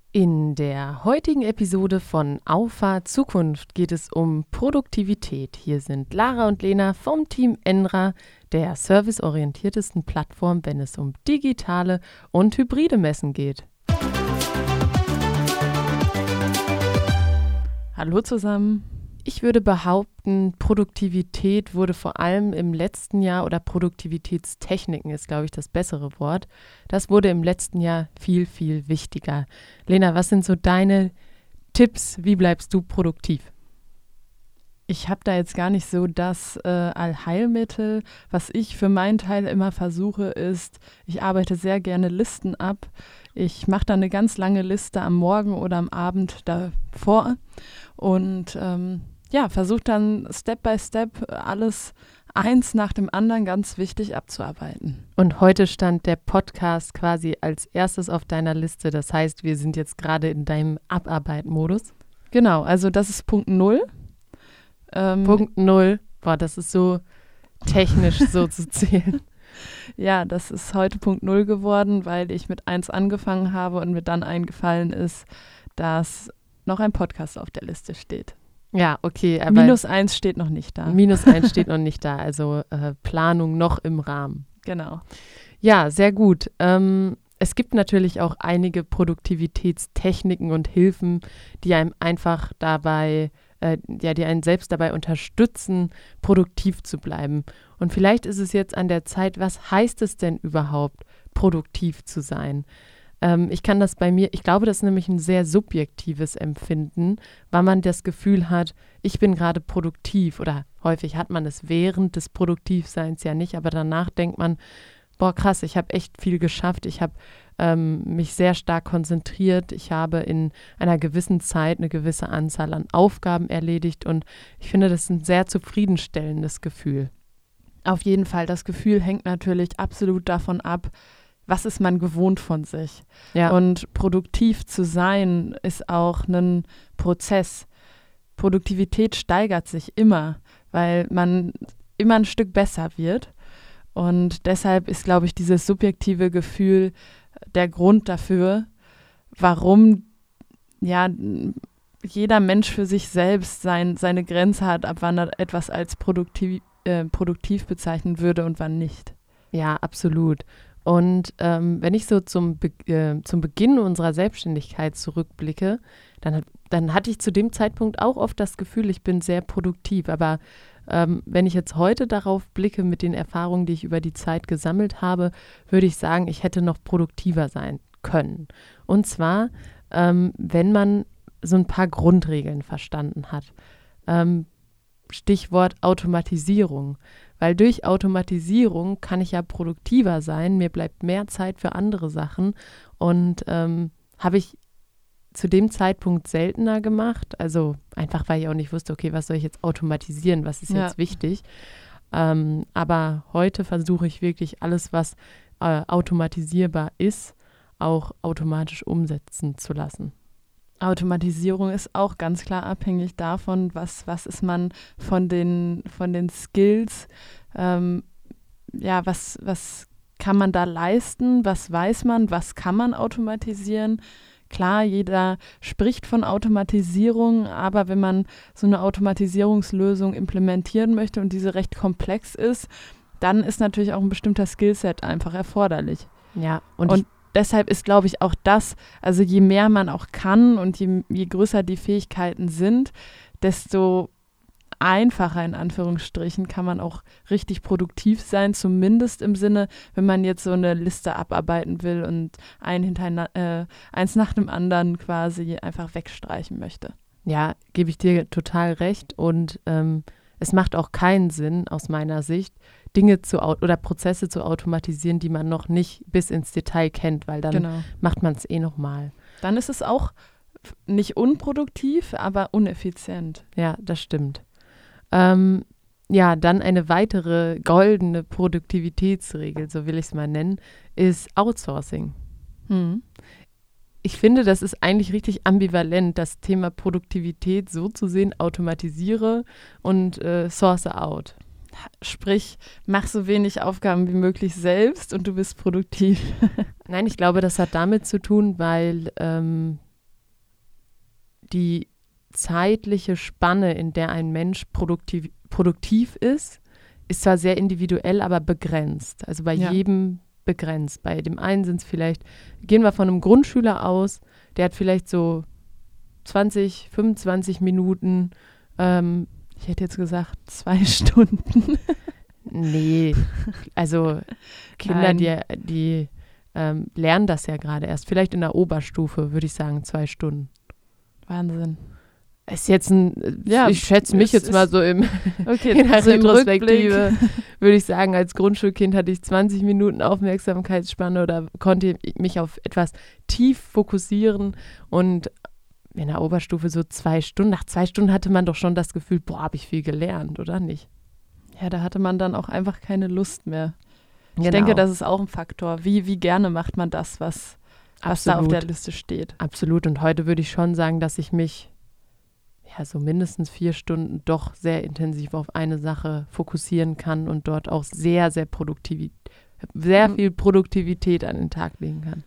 In der heutigen Episode von Auffahrt Zukunft geht es um Produktivität. Hier sind Lara und Lena vom Team Enra, der serviceorientiertesten Plattform, wenn es um digitale und hybride Messen geht. Hallo zusammen. Ich würde behaupten, Produktivität wurde vor allem im letzten Jahr, oder Produktivitätstechniken ist, glaube ich, das bessere Wort, das wurde im letzten Jahr viel, viel wichtiger. Lena, was sind so deine Tipps? Wie bleibst du produktiv? Ich habe da jetzt gar nicht so das Allheilmittel. Was ich für meinen Teil immer versuche, ist, ich arbeite sehr gerne Listen ab. Ich mache da eine ganz lange Liste am Morgen oder am Abend davor und versuche dann Step by Step alles eins nach dem anderen ganz wichtig abzuarbeiten. Und heute stand der Podcast quasi als erstes auf deiner Liste. Das heißt, wir sind jetzt gerade in deinem Abarbeiten-Modus. Genau, also das ist Punkt 0. Punkt 0, boah, das ist so technisch so zu zählen. Ja, das ist heute Punkt 0 geworden, weil ich mit 1 angefangen habe und mir dann eingefallen ist, dass noch ein Podcast auf der Liste steht. Ja, okay. Aber -1 steht noch nicht da. -1 steht noch nicht da, also Planung noch im Rahmen. Genau. Ja, sehr gut. Es gibt natürlich auch einige Produktivitätstechniken und Hilfen, die einem einfach dabei die einen selbst dabei unterstützen, produktiv zu bleiben. Und vielleicht ist es jetzt an der Zeit, was heißt es denn überhaupt, produktiv zu sein? Ich kann das bei mir, ich glaube, das ist nämlich ein sehr subjektives Empfinden, weil man das Gefühl hat, ich bin gerade produktiv, oder häufig hat man es während des Produktivseins ja nicht, aber danach denkt man, boah krass, ich habe echt viel geschafft, ich habe mich sehr stark konzentriert, ich habe in einer gewissen Zeit eine gewisse Anzahl an Aufgaben erledigt und ich finde, das ist ein sehr zufriedenstellendes Gefühl. Auf jeden Fall, das Gefühl hängt natürlich absolut davon ab, was ist man gewohnt von sich. Ja. Und produktiv zu sein ist auch ein Prozess. Produktivität steigert sich immer, weil man immer ein Stück besser wird. Und deshalb ist, glaube ich, dieses subjektive Gefühl der Grund dafür, warum jeder Mensch für sich selbst seine Grenze hat, ab wann er etwas als produktiv bezeichnen würde und wann nicht. Ja, absolut. Und wenn ich so zum Beginn unserer Selbstständigkeit zurückblicke, dann hatte ich zu dem Zeitpunkt auch oft das Gefühl, ich bin sehr produktiv. Aber wenn ich jetzt heute darauf blicke mit den Erfahrungen, die ich über die Zeit gesammelt habe, würde ich sagen, ich hätte noch produktiver sein können. Und zwar, wenn man so ein paar Grundregeln verstanden hat. Stichwort Automatisierung. Weil durch Automatisierung kann ich ja produktiver sein, mir bleibt mehr Zeit für andere Sachen und habe ich zu dem Zeitpunkt seltener gemacht, also einfach, weil ich auch nicht wusste, okay, was soll ich jetzt automatisieren, was ist jetzt wichtig, aber heute versuche ich wirklich alles, was automatisierbar ist, auch automatisch umsetzen zu lassen. Automatisierung ist auch ganz klar abhängig davon, was ist man von den Skills, was kann man da leisten, was weiß man, was kann man automatisieren. Klar, jeder spricht von Automatisierung, aber wenn man so eine Automatisierungslösung implementieren möchte und diese recht komplex ist, dann ist natürlich auch ein bestimmter Skillset einfach erforderlich. Ja, und deshalb ist, glaube ich, auch das, also je mehr man auch kann und je größer die Fähigkeiten sind, desto einfacher in Anführungsstrichen kann man auch richtig produktiv sein, zumindest im Sinne, wenn man jetzt so eine Liste abarbeiten will und eins nach dem anderen quasi einfach wegstreichen möchte. Ja, gebe ich dir total recht und es macht auch keinen Sinn aus meiner Sicht, Dinge oder Prozesse zu automatisieren, die man noch nicht bis ins Detail kennt, weil dann macht man es nochmal. Dann ist es auch nicht unproduktiv, aber uneffizient. Ja, das stimmt. Dann eine weitere goldene Produktivitätsregel, so will ich es mal nennen, ist Outsourcing. Ich finde, das ist eigentlich richtig ambivalent, das Thema Produktivität so zu sehen, automatisiere und source out. Sprich, mach so wenig Aufgaben wie möglich selbst und du bist produktiv. Nein, ich glaube, das hat damit zu tun, weil die zeitliche Spanne, in der ein Mensch produktiv ist zwar sehr individuell, aber begrenzt. Also bei jedem begrenzt. Bei dem einen sind es vielleicht, gehen wir von einem Grundschüler aus, der hat vielleicht so 20, 25 Minuten, ich hätte jetzt gesagt 2 Stunden. Nee, also Kinder, die lernen das ja gerade erst. Vielleicht in der Oberstufe, würde ich sagen, 2 Stunden. Wahnsinn. Ist jetzt ich schätze mich jetzt mal so in der so Retrospektive, würde ich sagen, als Grundschulkind hatte ich 20 Minuten Aufmerksamkeitsspanne oder konnte mich auf etwas tief fokussieren und in der Oberstufe so 2 Stunden. Nach 2 Stunden hatte man doch schon das Gefühl, habe ich viel gelernt, oder nicht? Ja, da hatte man dann auch einfach keine Lust mehr. Ich denke, das ist auch ein Faktor. Wie gerne macht man das, was da auf der Liste steht? Absolut. Und heute würde ich schon sagen, dass ich mich so mindestens 4 Stunden doch sehr intensiv auf eine Sache fokussieren kann und dort auch sehr, sehr viel Produktivität an den Tag legen kann.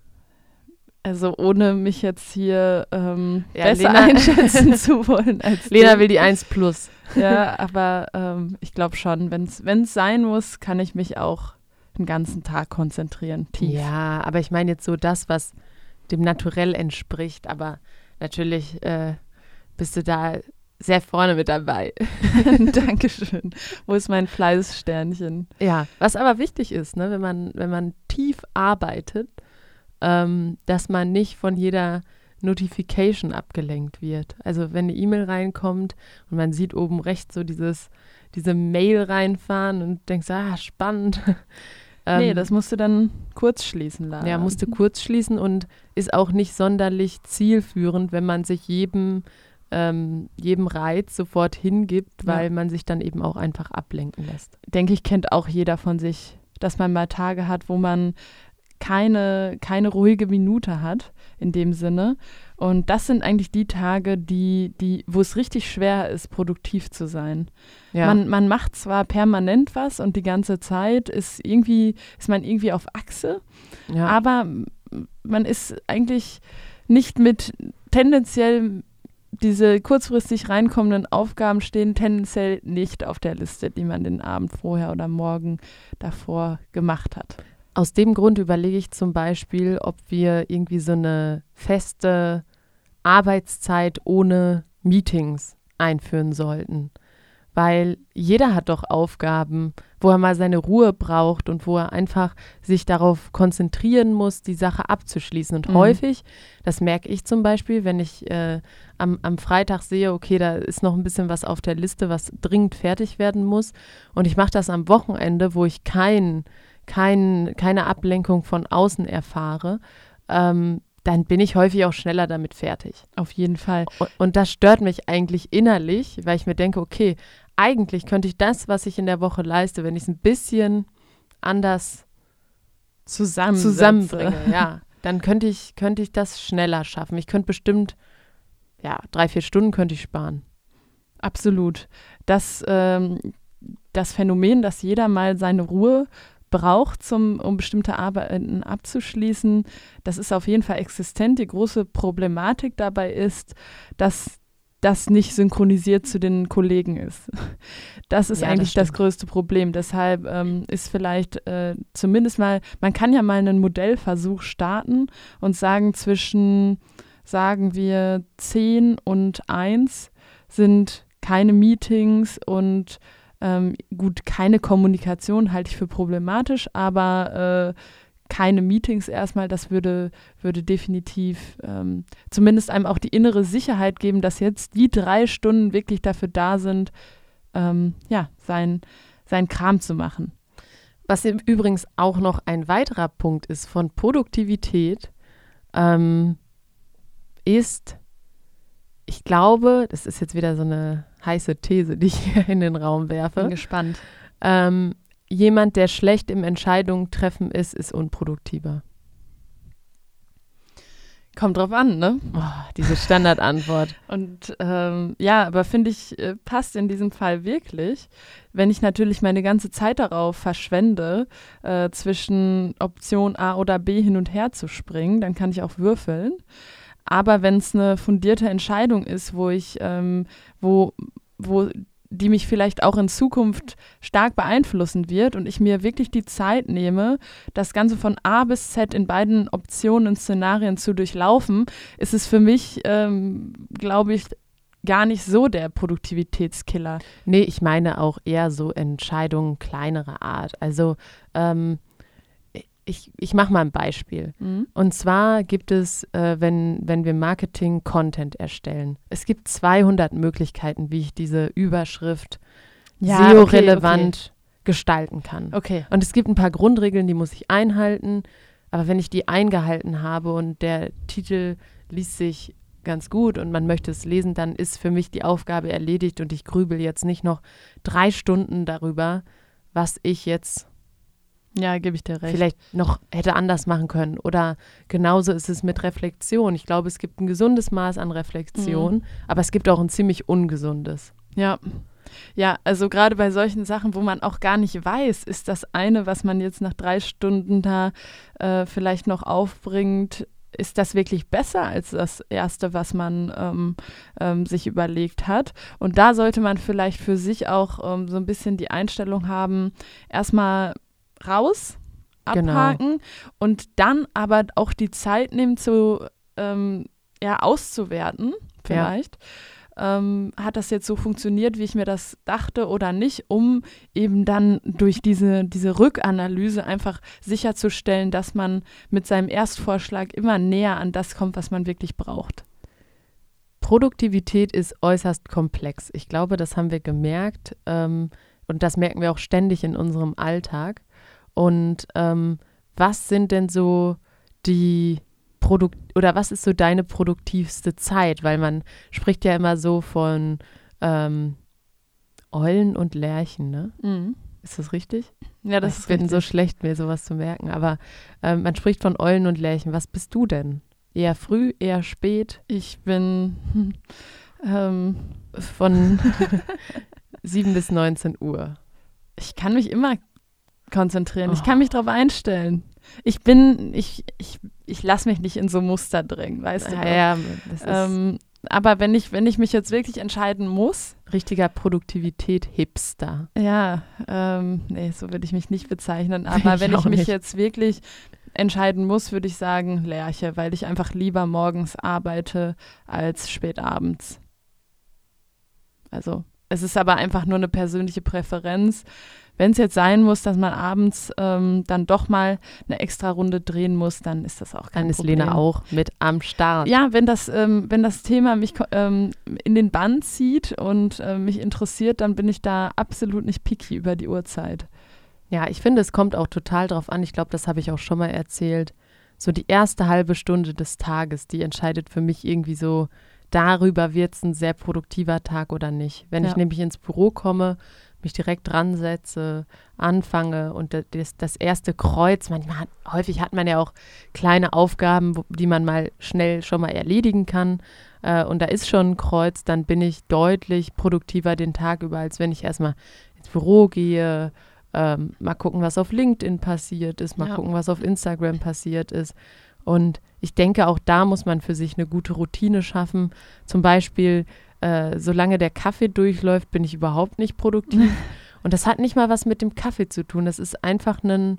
Also ohne mich jetzt hier besser einschätzen zu wollen. Als Lena will die 1+. Ja, aber ich glaube schon, wenn es sein muss, kann ich mich auch den ganzen Tag konzentrieren, tief. Ja, aber ich meine jetzt so das, was dem Naturell entspricht, aber natürlich bist du da sehr vorne mit dabei. Dankeschön. Wo ist mein Fleißsternchen? Ja, was aber wichtig ist, ne, wenn man tief arbeitet, dass man nicht von jeder Notification abgelenkt wird. Also wenn eine E-Mail reinkommt und man sieht oben rechts so diese Mail reinfahren und denkst, spannend. Nee, das musst du dann kurz schließen lassen. Ja, musst du kurz schließen und ist auch nicht sonderlich zielführend, wenn man sich jedem Reiz sofort hingibt, weil man sich dann eben auch einfach ablenken lässt. Denke ich, kennt auch jeder von sich, dass man mal Tage hat, wo man keine ruhige Minute hat, in dem Sinne. Und das sind eigentlich die Tage, wo es richtig schwer ist, produktiv zu sein. Ja. Man macht zwar permanent was und die ganze Zeit ist man irgendwie auf Achse, aber man ist eigentlich nicht mit tendenziell diese kurzfristig reinkommenden Aufgaben stehen tendenziell nicht auf der Liste, die man den Abend vorher oder morgen davor gemacht hat. Aus dem Grund überlege ich zum Beispiel, ob wir irgendwie so eine feste Arbeitszeit ohne Meetings einführen sollten. Weil jeder hat doch Aufgaben, wo er mal seine Ruhe braucht und wo er einfach sich darauf konzentrieren muss, die Sache abzuschließen. Und häufig, das merke ich zum Beispiel, wenn ich am Freitag sehe, okay, da ist noch ein bisschen was auf der Liste, was dringend fertig werden muss. Und ich mache das am Wochenende, wo ich keine Ablenkung von außen erfahre, dann bin ich häufig auch schneller damit fertig. Auf jeden Fall. Und das stört mich eigentlich innerlich, weil ich mir denke, okay, eigentlich könnte ich das, was ich in der Woche leiste, wenn ich es ein bisschen anders zusammenbringe, dann könnte ich das schneller schaffen. Ich könnte bestimmt, 3-4 Stunden könnte ich sparen. Absolut. Das Phänomen, dass jeder mal seine Ruhe braucht, um bestimmte Arbeiten abzuschließen, das ist auf jeden Fall existent. Die große Problematik dabei ist, dass das nicht synchronisiert zu den Kollegen ist. Das ist eigentlich das größte Problem. Deshalb ist vielleicht zumindest mal, man kann ja mal einen Modellversuch starten und sagen, sagen wir 10 und 1 sind keine Meetings und keine Kommunikation halte ich für problematisch, aber keine Meetings erstmal, das würde definitiv zumindest einem auch die innere Sicherheit geben, dass jetzt die 3 Stunden wirklich dafür da sind, seinen Kram zu machen. Was übrigens auch noch ein weiterer Punkt ist von Produktivität, ist, ich glaube, das ist jetzt wieder so eine heiße These, die ich hier in den Raum werfe. Bin gespannt. Jemand, der schlecht im Entscheidungen treffen ist unproduktiver. Kommt drauf an, ne? Diese Standardantwort. Und aber finde ich, passt in diesem Fall wirklich. Wenn ich natürlich meine ganze Zeit darauf verschwende, zwischen Option A oder B hin und her zu springen, dann kann ich auch würfeln. Aber wenn es eine fundierte Entscheidung ist, wo die mich vielleicht auch in Zukunft stark beeinflussen wird und ich mir wirklich die Zeit nehme, das Ganze von A bis Z in beiden Optionen und Szenarien zu durchlaufen, ist es für mich, glaube ich, gar nicht so der Produktivitätskiller. Nee, ich meine auch eher so Entscheidungen kleinerer Art. Also ich mache mal ein Beispiel. Und zwar gibt es, wenn wir Marketing-Content erstellen, es gibt 200 Möglichkeiten, wie ich diese Überschrift SEO-relevant gestalten kann. Okay. Und es gibt ein paar Grundregeln, die muss ich einhalten. Aber wenn ich die eingehalten habe und der Titel liest sich ganz gut und man möchte es lesen, dann ist für mich die Aufgabe erledigt und ich grübel jetzt nicht noch 3 Stunden darüber, was ich jetzt gebe ich dir recht. vielleicht noch hätte anders machen können. Oder genauso ist es mit Reflexion. Ich glaube, es gibt ein gesundes Maß an Reflexion, aber es gibt auch ein ziemlich ungesundes. Ja, also gerade bei solchen Sachen, wo man auch gar nicht weiß, ist das eine, was man jetzt nach 3 Stunden da vielleicht noch aufbringt, ist das wirklich besser als das Erste, was man sich überlegt hat? Und da sollte man vielleicht für sich auch so ein bisschen die Einstellung haben, erstmal raus, abhaken und dann aber auch die Zeit nehmen, auszuwerten vielleicht. Hat das jetzt so funktioniert, wie ich mir das dachte oder nicht, um eben dann durch diese Rückanalyse einfach sicherzustellen, dass man mit seinem Erstvorschlag immer näher an das kommt, was man wirklich braucht. Produktivität ist äußerst komplex. Ich glaube, das haben wir gemerkt und das merken wir auch ständig in unserem Alltag. Und was sind denn so was ist so deine produktivste Zeit? Weil man spricht ja immer so von Eulen und Lerchen, ne? Mhm. Ist das richtig? Ja, das ist richtig. Ich bin so schlecht, mir sowas zu merken. Aber man spricht von Eulen und Lerchen. Was bist du denn? Eher früh, eher spät? Ich bin von 7 bis 19 Uhr. Ich kann mich immer konzentrieren. Oh. Ich kann mich darauf einstellen. Ich lasse mich nicht in so Muster drängen, weißt du? Ja, das ist aber wenn ich mich jetzt wirklich entscheiden muss. Richtiger Produktivität-Hipster. Ja, nee, so würde ich mich nicht bezeichnen. Aber wenn ich mich jetzt wirklich entscheiden muss, würde ich sagen Lerche, weil ich einfach lieber morgens arbeite als spät abends. Also es ist aber einfach nur eine persönliche Präferenz. Wenn es jetzt sein muss, dass man abends dann doch mal eine extra Runde drehen muss, dann ist das auch kein Problem. Dann ist Lena auch mit am Start. Ja, wenn das Thema mich in den Bann zieht und mich interessiert, dann bin ich da absolut nicht picky über die Uhrzeit. Ja, ich finde, es kommt auch total drauf an. Ich glaube, das habe ich auch schon mal erzählt. So die erste halbe Stunde des Tages, die entscheidet für mich irgendwie so darüber, wird es ein sehr produktiver Tag oder nicht. Wenn ich nämlich ins Büro komme, mich direkt dran setze, anfange und das erste Kreuz, häufig hat man ja auch kleine Aufgaben, die man mal schnell schon mal erledigen kann und da ist schon ein Kreuz, dann bin ich deutlich produktiver den Tag über, als wenn ich erstmal ins Büro gehe, mal gucken, was auf LinkedIn passiert ist, mal gucken, was auf Instagram passiert ist. Und ich denke, auch da muss man für sich eine gute Routine schaffen. Zum Beispiel, solange der Kaffee durchläuft, bin ich überhaupt nicht produktiv. Und das hat nicht mal was mit dem Kaffee zu tun. Das ist einfach ein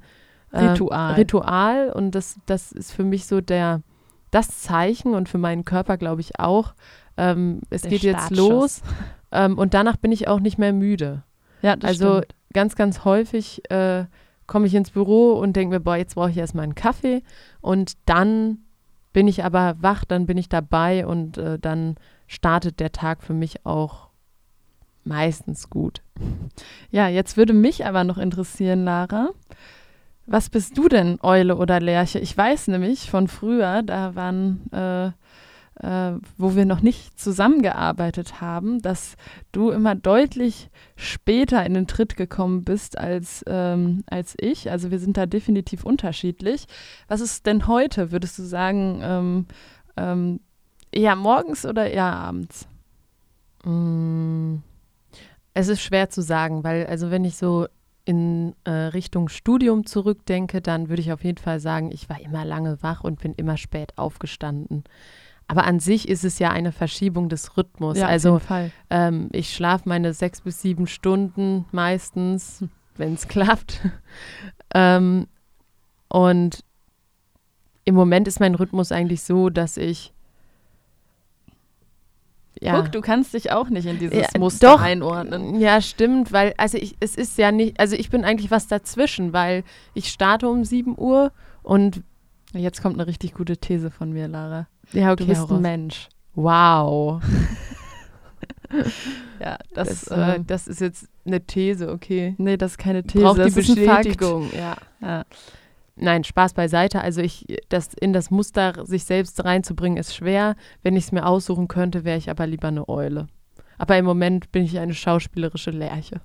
Ritual. Und das ist für mich so das Zeichen und für meinen Körper, glaube ich, auch. Es geht jetzt los. Und danach bin ich auch nicht mehr müde. Ja, das also stimmt. ganz, ganz häufig komme ich ins Büro und denke mir, jetzt brauche ich erstmal einen Kaffee und dann bin ich aber wach, dann bin ich dabei und dann startet der Tag für mich auch meistens gut. Ja, jetzt würde mich aber noch interessieren, Lara, was bist du denn, Eule oder Lerche? Ich weiß nämlich von früher, da waren wo wir noch nicht zusammengearbeitet haben, dass du immer deutlich später in den Tritt gekommen bist als ich. Also wir sind da definitiv unterschiedlich. Was ist denn heute? Würdest du sagen, eher morgens oder eher abends? Es ist schwer zu sagen, weil also wenn ich so in Richtung Studium zurückdenke, dann würde ich auf jeden Fall sagen, ich war immer lange wach und bin immer spät aufgestanden. Aber an sich ist es ja eine Verschiebung des Rhythmus. Ja, also auf jeden Fall. Ich schlafe meine 6 bis 7 Stunden meistens, wenn es klappt. Und im Moment ist mein Rhythmus eigentlich so, dass ich Guck, du kannst dich auch nicht in dieses Muster doch einordnen. Ja, stimmt, weil es ist ja nicht, also ich bin eigentlich was dazwischen, weil ich starte um 7 Uhr und Jetzt kommt eine richtig gute These von mir, Lara. ja, okay, Du bist heraus. ein Mensch. Wow. Ja, Das ist jetzt eine These, okay. nee, das ist keine These, Braucht die das ist ein Fakt. Bestätigung, ja. Ja. Nein, Spaß beiseite. Also in das Muster sich selbst reinzubringen, ist schwer. Wenn ich es mir aussuchen könnte, wäre ich aber lieber eine Eule. Aber im Moment bin ich eine schauspielerische Lerche.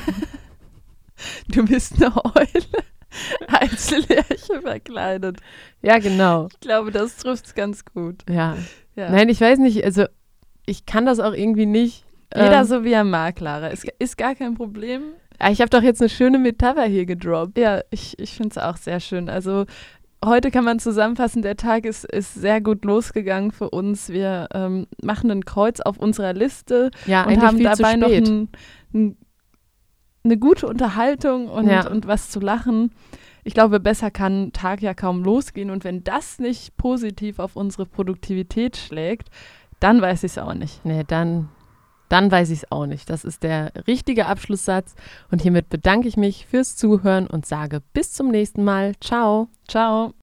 Du bist eine Eule. Als Lerche verkleidet. Ja, genau. Ich glaube, das trifft es ganz gut. Ja. Ja. Nein, ich weiß nicht, also ich kann das auch irgendwie nicht. Jeder so, wie er mag, Lara. Ist gar kein Problem. Ich habe doch jetzt eine schöne Metapher hier gedroppt. Ja, ich finde es auch sehr schön. Also heute kann man zusammenfassen, der Tag ist sehr gut losgegangen für uns. Wir machen ein Kreuz auf unserer Liste Ja, und haben viel zu dabei noch spät. eine gute Unterhaltung und was zu lachen. Ich glaube, besser kann ein Tag ja kaum losgehen. Und wenn das nicht positiv auf unsere Produktivität schlägt, dann weiß ich es auch nicht. Nee, dann weiß ich es auch nicht. Das ist der richtige Abschlusssatz. Und hiermit bedanke ich mich fürs Zuhören und sage bis zum nächsten Mal. Ciao. Ciao.